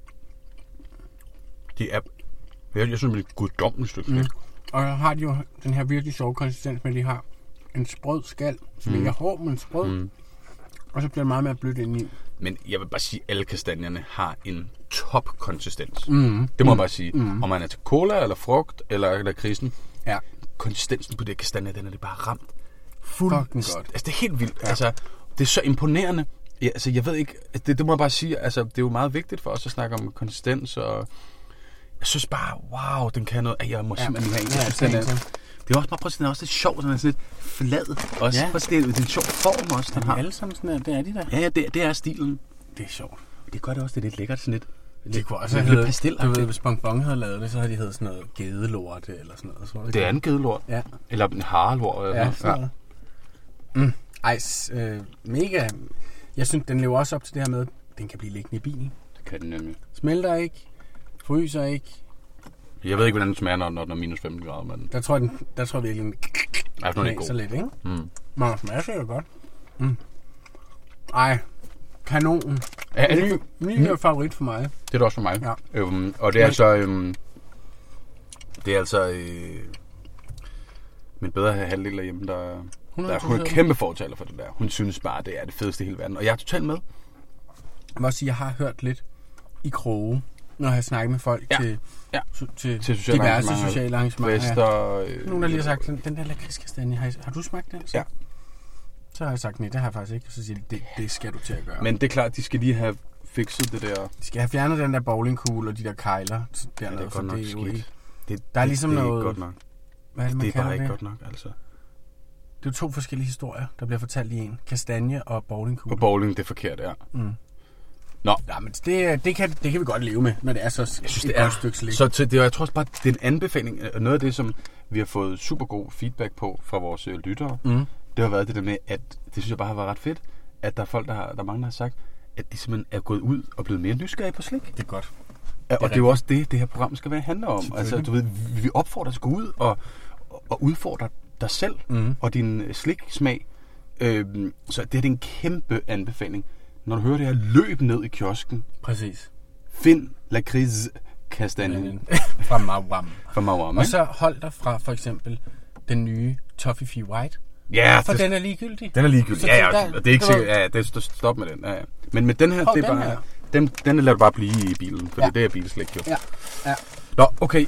Det er... Jeg synes, det er et guddommeligt stykke slik. Og så har de jo den her virkelig sjove konsistens med, at de har en sprød skal, som ikke er hård, men sprød. Og så bliver det meget mere blødt ind i. Men jeg vil bare sige, at alle kastanjerne har en top-konsistens. Det må jeg bare sige. Om man er til cola, eller frugt, eller krisen. Ja. Konsistensen på det kastanje, den er det bare ramt. Fucking godt. Altså, det er helt vildt. Ja. Altså, det er så imponerende. Ja, altså, jeg ved ikke, det må jeg bare sige. Altså, det er jo meget vigtigt for os at snakke om konsistens, og jeg synes bare, wow, den kan noget. Jeg må simpelthen have en. Det er også bare, den er også lidt sjov, den er sådan lidt flad også. Ja. Det er en sjov form også, den har. Alle sammen sådan her, det er de der. Ja, det er stilen. Det er sjovt. Det gør det også, det er lidt lækkert sådan lidt. Det kunne også have pastel. Du ved, hvis Bonbon havde lavet det, så havde de heddet sådan noget gedelort eller sådan noget. Så det er en gedelort. Ja. Eller en harelort. Ja, sådan noget. Mega. Jeg synes, den lever også op til det her med, den kan blive liggende i bilen. Det kan den nemlig. Smelter ikke. Fryser ikke. Jeg ved ikke, hvordan den smager, når den er minus 15 grader. Men... Der tror jeg virkelig... knaser lidt, ikke? Men det smager sikkert godt. Ej, kanon. Min favorit for mig. Det er det også for mig. Ja. Og det er altså... min bedre halvdel derhjemme, hun er kæmpe fortaler for det der. Hun synes bare, det er det fedeste i hele verden. Og jeg er totalt med. Jeg må også sige, jeg har hørt lidt i kroge, når jeg snakker med folk til diverse sociale arrangementer. Fester. Nogen, der lige har sagt, den der lakridskastanje, har du smagt den? Så? Ja. Så har jeg sagt, nej, det har jeg faktisk ikke. Så siger de, det skal du til at gøre. Men det er klart, de skal lige have fikset det der. De skal have fjernet den der bowlingkugle og de der kejler dernede. Det er godt nok skidt. Der er ligesom det er noget... Godt nok. Hvad er det, man det er bare ikke det? godt nok, altså. Det er jo 2 forskellige historier, der bliver fortalt i en. Kastanje og bowlingkugle. Og bowling, det er forkert, ja. Nå. Ja, men det kan vi godt leve med, når det er så et godt stykke slik. Så jeg tror også bare, det er en anbefaling. Noget af det, som vi har fået super god feedback på fra vores lyttere, det har været det der med, at det synes jeg bare har været ret fedt, at der er folk, der er mange, der har sagt, at de simpelthen er gået ud og blevet mere nysgerrige på slik. Det er godt. Og det er jo også det her program skal være handler om. Altså, du ved, vi opfordrer dig at gå ud og udfordre dig selv og din sliksmag. Så det er en kæmpe anbefaling. Når du hører det her, løb ned i kiosken. Præcis. Find lakridskastanjen. Fra Mawam. Fra Mawam, og så hold dig fra for eksempel den nye Toffifee White. Ja, for den er ligegyldig. Den er ligegyldig, og det er ikke sikkert, det stop med den. Ja. Men med den her, det er bare... Den lader du bare blive i bilen, for det er bilslæg jo. Ja. Nå, okay.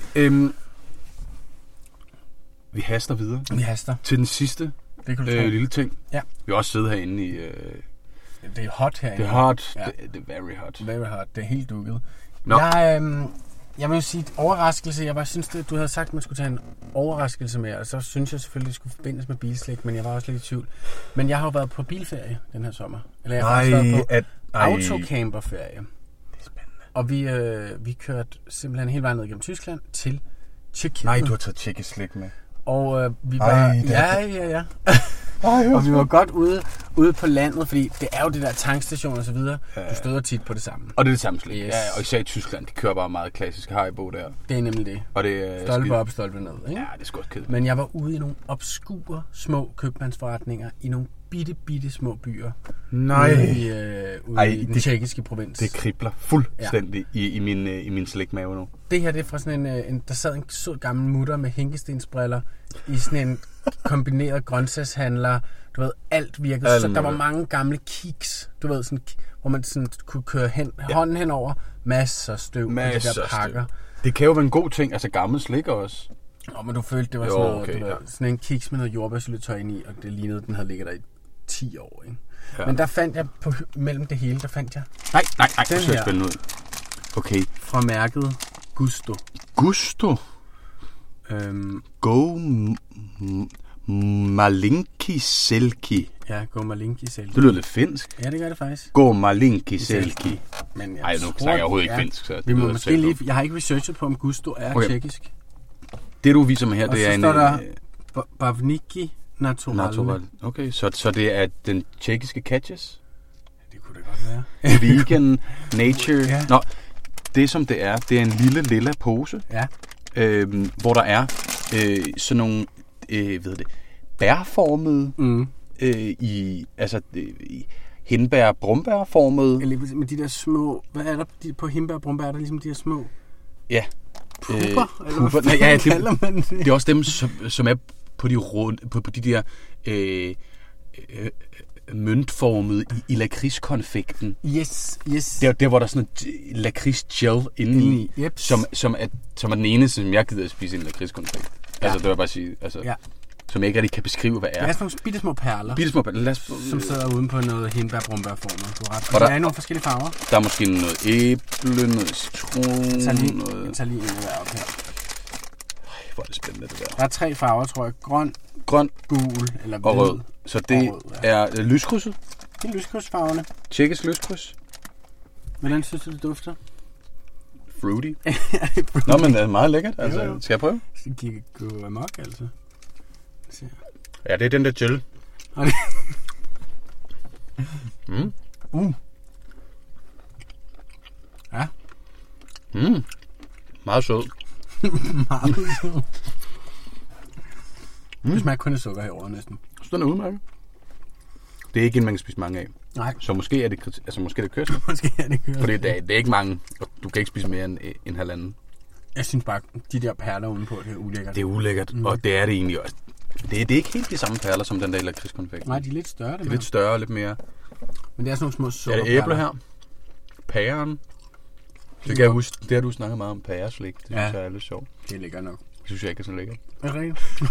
Vi haster videre. Til den sidste lille ting. Ja. Vi har også siddet herinde i... det er hot herinde. Det er hot. Ja. Det er very hot. Very hot. Det er helt dukket. Nå. Jeg vil jo sige, overraskelse. Jeg bare synes, du havde sagt, at man skulle tage en overraskelse med, og så synes jeg selvfølgelig, det skulle forbindes med bilslæg, men jeg var også lidt i tvivl. Men jeg har jo været på bilferie den her sommer. Eller jeg har faktisk været på autocamperferie. Det er spændende. Og vi kørte simpelthen hele vejen ned gennem Tyskland til Tjekkiet. Nej, du har taget tjekkeslik med. Og vi var... Ja. Og vi var godt ude på landet, fordi det er jo det der tankstation og så videre. Du støder tit på det samme. Og det er det samme slik. Yes. Ja, og især i Tyskland, de kører bare meget klassisk Haribo der. Det er nemlig det. Og det er stolpe op, stolpe ned, ikke? Ja, det er sgu også kedeligt. Men jeg var ude i nogle obskure små købmandsforretninger i nogle bitte små byer. Nej. Ude i den tjekkiske provins. Det kribler fuldstændig i min slikmave nu. Det her, det er fra sådan en der sad en sød gammel mutter med hinkestensbriller i sådan en kombineret grøntsagshandler. Du ved, alt virkede. Så der var mange gamle kiks, du ved, sådan, hvor man sådan kunne køre hånden henover. Masser af støv. Masser af pakker. Det kan jo være en god ting, altså gammel slik også. Men du følte, det var sådan noget, du ved, sådan en kiks med noget jordbærsyltetøj ind i, og det lignede, den havde ligget der i 10 år, ikke? Ja. Men der fandt jeg mellem det hele, Nej, det ser spændende ud. Okay. Fra mærket Gusto. Gusto? Go Malinki Selki. Ja, Go Malinki Selki. Det lyder lidt finsk. Ja, det gør det faktisk. Go Malinki Selki. Men nu snakker jeg overhovedet ikke finsk. Så vi må måske lige... Jeg har ikke researchet på, om Gusto er tjekkisk. Det du viser mig her, det er en... Og så står der Bavniki Natural. Okay, så det er den tjekkiske Katjes? Det kunne det godt være. Vegan, nature. Ja. Nå, det som det er en lille pose. Ja. Hvor der er sådan nogle bærformede i hindbær-brumbær-formede. Med de der små... Hvad er der på hindbær-brumbær? Er der ligesom de der små... Ja. Pupper? Eller hvad kalder man det? Det er også dem, som er på de de der møntformede i lakridskonfekten. Yes. Det er der, hvor der er sådan en lakridsgel indeni, som er den eneste, som jeg gider at spise i en lakridskonfekt. Ja. Altså, det vil jeg bare sige, som jeg ikke rigtig kan beskrive, hvad er. Det er sådan nogle bittesmå perler. Som sidder uden på noget hindbær-brumbær-former. Du har ret. Og der er nogle forskellige farver. Der er måske noget æble, noget citron, Jeg tager lige en af hver op her. Hvor er det spændende, det der. Der er 3 farver, tror jeg. Grøn, gul eller hvid. Og rød. Så det er lyskrydset? Det er lyskrydsfarverne. Tjekkes lyskryds. Hvordan synes du, det dufter? Fruity. Nå, men det er meget lækkert. Altså, jo. Skal jeg prøve? Skal jeg gå amok, altså? Ja, det er den der gel. Ja. Meget sød. Meget sød. Det smager kun af sukker herovre næsten. Så den er udmærket. Det er ikke en, man kan spise mange af. Nej. Så måske er det kørsel. Måske er det kørsel. Fordi det er ikke mange, og du kan ikke spise mere end en halvanden. Jeg synes bare, de der perler udenpå, det er ulækkert. Det er ulækkert, og det er det egentlig også. Det er ikke helt de samme perler, som den der lakridskonfekt. Nej, de er lidt større. Det er lidt større, lidt mere. Men det er sådan nogle små sukkerperler. Er det æbler her? Pæren? Det kan jeg huske. Det har du snakket meget om pæreslik. Det synes jeg er lidt sjovt. Det er lækkert nok. Det synes jeg ikke er så lækkert. Er det rigtigt?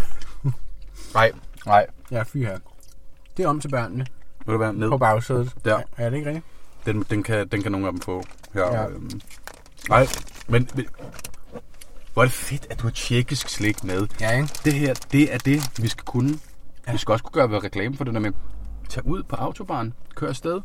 Nej. Ja, fy her. Det er om til børnene. Vil du være ned? På bagsædet. Der. Er det ikke rigtigt? Den kan nogle af dem få. Her. Ja. Nej, men hvor er det fedt, at du har tjekkisk slik med. Ja, ikke? Det her, det er det, vi skal kunne. Ja. Vi skal også kunne gøre reklame for det der med, tage ud på autobahn, køre afsted,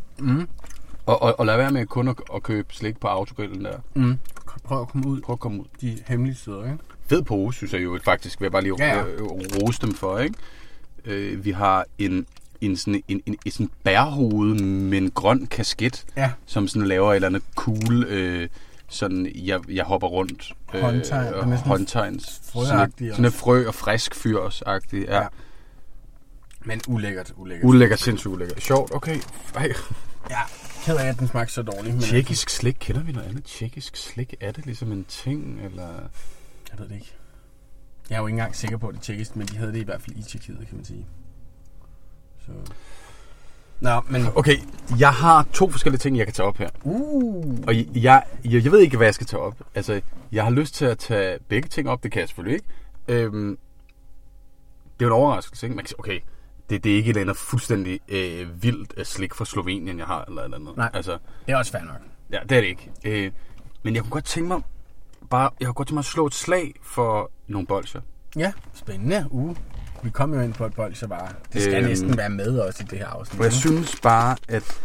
og lade være med kun at købe slik på autogrillen der. Prøv at komme ud. De hemmelige sider, ikke? Fed pose, synes jeg jo faktisk, vil jeg bare lige rose dem for, ikke? Vi har en sådan bærhoved med en grøn kasket, som sådan laver et eller andet cool, sådan jeg hopper rundt. Håndtegns. Sådan et frø og frisk fyrsagtigt, ja. Men ulækkert. Ulækkert, sindssygt ulækkert. Sjovt, okay. Ej. Ja, ked af, at den smagte så dårligt. Tjekkisk slik, kender vi noget andet? Tjekkisk slik, er det ligesom en ting, eller? Jeg ved det ikke. Jeg er jo ikke engang sikker på, at det er tjekkisk, men de havde det i hvert fald i Tjekkiet, kan man sige. Så. Nå, men... Okay, jeg har 2 forskellige ting, jeg kan tage op her. Og jeg ved ikke, hvad jeg skal tage op. Altså, jeg har lyst til at tage begge ting op, det kan jeg selvfølgelig ikke. Det er jo en overraskelse, ikke? Man kan sige, okay, det er ikke et eller andet fuldstændig vildt slik fra Slovenien, jeg har, eller andet. Nej, altså, det er også fair nok. Ja, det er det ikke. Men jeg kunne godt tænke mig, at slå et slag for nogle bolsjer. Ja, spændende. Vi kom jo ind på et bolsjevare. Det skal næsten være med også i det her afsnit. Og jeg synes bare, at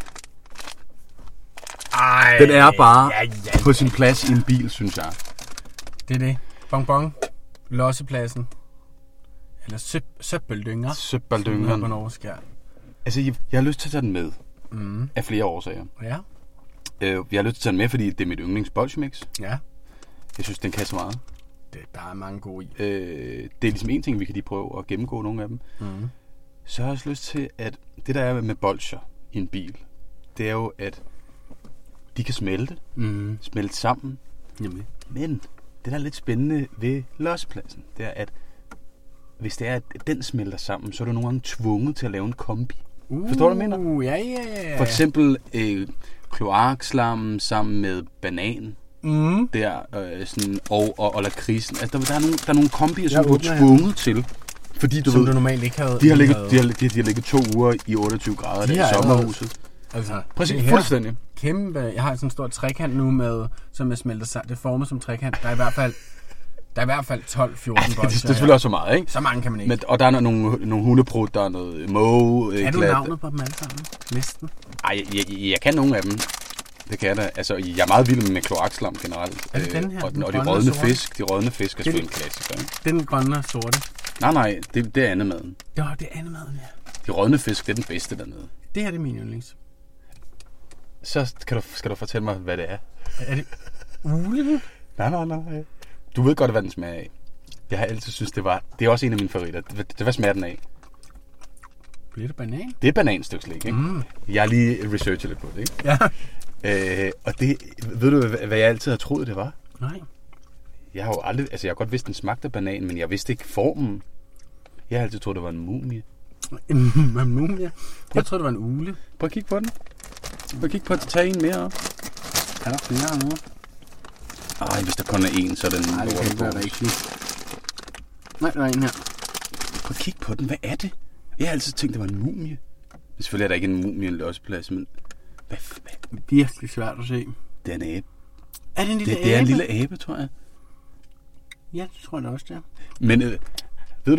den er bare på sin plads i en bil, synes jeg. Det er det. Bonbon, lossepladsen, eller søppeldynger. Søppeldyngeren. På norsk, ja. Altså, jeg har lyst til at tage den med. Af flere årsager. Ja. Jeg har lyst til at tage den med, fordi det er mit yndlingsbolsjemix. Ja. Jeg synes, den kan så meget. Der er mange gode i. Det er ligesom en ting, vi kan lige prøve at gennemgå nogle af dem. Så har jeg også lyst til, at det der er med bolsjer i en bil, det er jo, at de kan smelte. Smelte sammen. Jamen. Men det, der er lidt spændende ved lossepladsen, det er, at hvis det er, at den smelter sammen, så er du nogle gange tvunget til at lave en kombi. Forstår du, hvad jeg mener? Ja. For eksempel kloakslam sammen med banan. Der, sådan, og lakridsen. Altså, der er nogle kombier, som du er tvunget til. Fordi du normalt ikke havde... De har ligget 2 uger i 28 grader der i sommerhuset. Altså, præcis, fuldstændig. Kæmpe. Jeg har sådan en stor trekant nu med, som jeg smelter sammen. Det er formet som trekant. Der er i hvert fald 12-14 bolsjer. Det er selvfølgelig også så meget, ikke? Så mange kan man ikke. Men, og der er nogle hundeprut, der er noget måge. Er du navnet på dem alle sammen? Næsten? Ej, jeg kan nogle af dem. Det kan jeg da. Altså, jeg er meget vild med kloakslam generelt. Er det den her? Og de rådne fisk. De rådne fisk er selvfølgelig en klassiker, ikke? Det er den grønne og sorte. Nej, det er andemaden. Ja, det er andemaden, ja. De rådne fisk, det er den bedste dernede. Det her det er min yndlings. Så skal du fortælle mig, hvad det er. Er det ule? Nej. Du ved godt, hvad den smager af. Jeg har altid synes, det er også en af mine favoritter. Hvad smager den af? Bliver det banan? Det er bananstykke slik, ikke? Jeg har lige researchet lidt på det, ikke? Ja. Og det, ved du, hvad jeg altid har troet, det var? Nej. Jeg har jo aldrig, altså jeg har godt vidst, den smagte af banan, men jeg vidste ikke formen. Jeg har altid troet, det var en mumie. En mumie? Jeg troede, det var en ule. Prøv at kigge på den. Prøv at kigge på den. Tag en mere op. Er der flere nu? Ej, hvis der kun er en, så er den... Nej, det kan ikke være rigtigt. Nej, der er en her. Prøv at kigge på den. Hvad er det? Jeg har altid tænkt, det var en mumie. Selvfølgelig er der ikke en mumie i en losseplads, men... Hvad? Virkelig svært at se. Det er en abe. Er det en lille abe? Det er en lille abe, tror jeg. Ja, det tror jeg også, det er. Men ved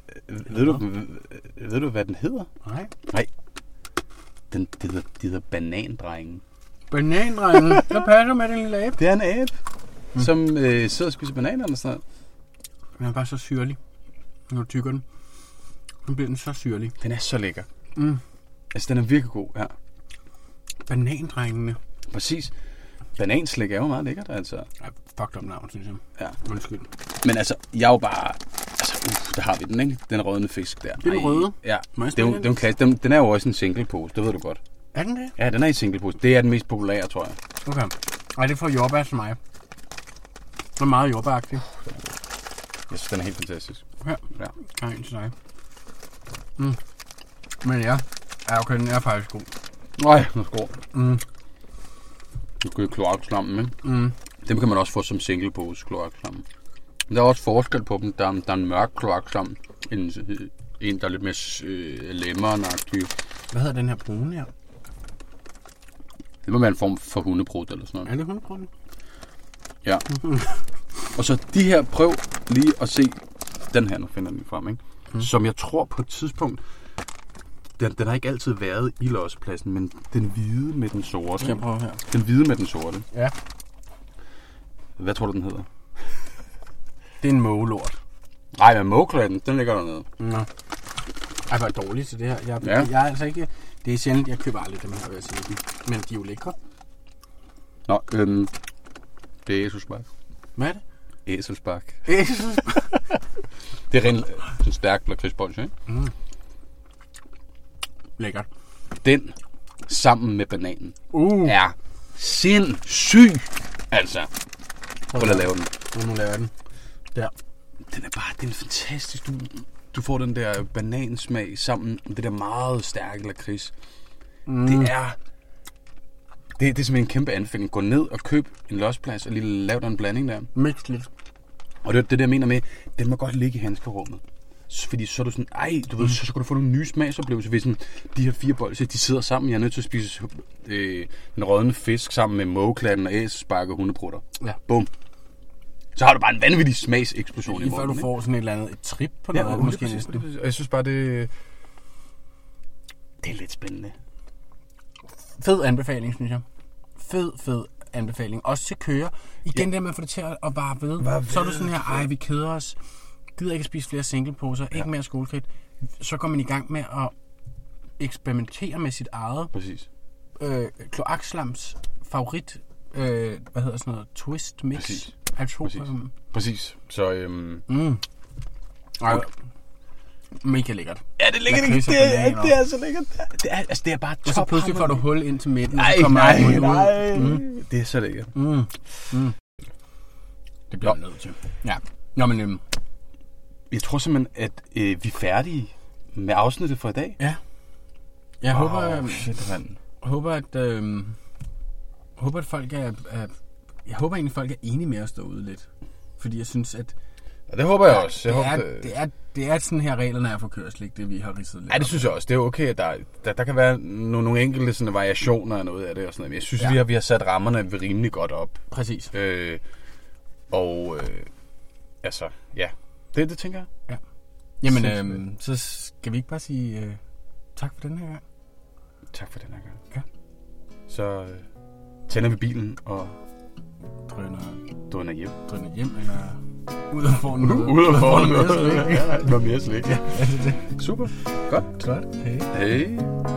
du, hvad den hedder? Nej. Det hedder banandrengen. Banandrengen? Hvad passer med den lille abe? Det er en abe, som sidder og spiser bananer eller sådan noget. Den er bare så syrlig, når du tykker den. Nu bliver den så syrlig. Den er så lækker. Altså, den er virkelig god, ja. Banandrengene. Præcis. Bananslik er jo meget lækkert, altså. Ja, fucked up navn, synes jeg. Ja. Undskyld. Men altså, jeg er jo bare... Altså, Der har vi den, ikke? Den rødne fisk der. Det er den røde? Ja, det er jo en klasse. Den er jo også en single-pose, det ved du godt. Er den det? Ja, den er i single-pose. Det er den mest populære, tror jeg. Okay. Ej, det får jordbær til mig. Den er meget jordbæragtig. Jeg synes, den er helt fantastisk. Ja. Nej, til dig. Men ja. Ja, okay, den er faktisk god. Nej, nu skår. Du kan jo kloakslammen, ikke? Dem kan man også få som single-pose, kloakslammen. Der er også forskel på dem. Der er en mørk kloakslam. En, der er lidt mere lemmeragtig. Hvad hedder den her brune her? Det må være en form for hundebrud eller sådan noget. Er det hundebrud? Ja. Og så de her, prøv lige at se den her, nu finder den frem, ikke? Som jeg tror på et tidspunkt, den har ikke altid været i lossepladsen, men den hvide med den sorte. Skal jeg prøve her? Den hvide med den sorte. Ja. Hvad tror du, den hedder? Det er en mågelort. Nej, men mågeklatten, den ligger dernede. Nå. Ej, hvor er dårligt til det her. Jeg er altså ikke... Det er sjældent, jeg køber aldrig dem her, vil jeg sige. Men de er jo lækre. Nå, det er æselsbak. Hvad er det? Æselsbak. Æselsbak? Det er rent stærkt lakridsbolsje, ikke? Lækkert. Den sammen med bananen er sindssyg, altså. Prøv at lave den. Nu laver jeg den. Der. Den er fantastisk. Du får den der banansmag sammen med det der meget stærke lakrids. Det er simpelthen en kæmpe anbefaling. Gå ned og køb en losseplads og lige lave der en blanding der. Mix lidt. Og det er det, jeg mener med, den må godt ligge i handskerummet. Fordi så er du sådan, du ved, så kan du få nogle nye smagsoplevelser, hvis sådan, de her 4 bolse, de sidder sammen. Jeg er nødt til at spise en rådne fisk sammen med mågeklatten og æselsbak og hundebrutter. Ja. Bum. Så har du bare en vanvittig smagseksplosion i munden. Før du får sådan et eller andet trip på noget. Ja, måske næsten. Jeg synes bare, det er lidt spændende. Fed anbefaling, synes jeg. Fed anbefaling. Også til køre. Igen der med at få det til at bare ved. Så er du sådan her, vi keder os. Gider ikke at spise flere singleposer. Ikke mere skolekridt. Så går man i gang med at eksperimentere med sit eget. Præcis. Kloakslams favorit. Hvad hedder sådan noget? Twist mix. Præcis. Præcis. Så okay. Mega lækkert. Ja, det er lækkert. Det er så lækkert. Det er bare top. Og så pludselig får du hul ind til midten. Nej. Det er så lækkert. Det bliver nødt til. Ja. Nå, men jeg tror simpelthen, at vi er færdige med afsnittet for i dag. Ja. Jeg håber, at folk er... Jeg håber egentlig, at folk er enige med os derude lidt. Fordi jeg synes, at... Ja, det håber jeg også. Det er sådan her reglerne er for kørsel, ikke? Det vi har ridset lidt. Ja, det synes jeg også. Det er okay, at der kan være nogle enkelte sådan variationer af noget af det og sådan noget. Jeg synes, vi har sat rammerne rimelig godt op. Præcis. Altså, ja. Det tænker jeg. Ja. Jamen, så skal vi ikke bare sige tak for den her gang? Tak for den her gang. Ja. Så tænder vi bilen og drøner hjem. Drøner hjem, eller ud og få noget. Ud og få noget mere slik. Ja, mere slik. Ja, det er det. Super. Godt. Hej. Hej.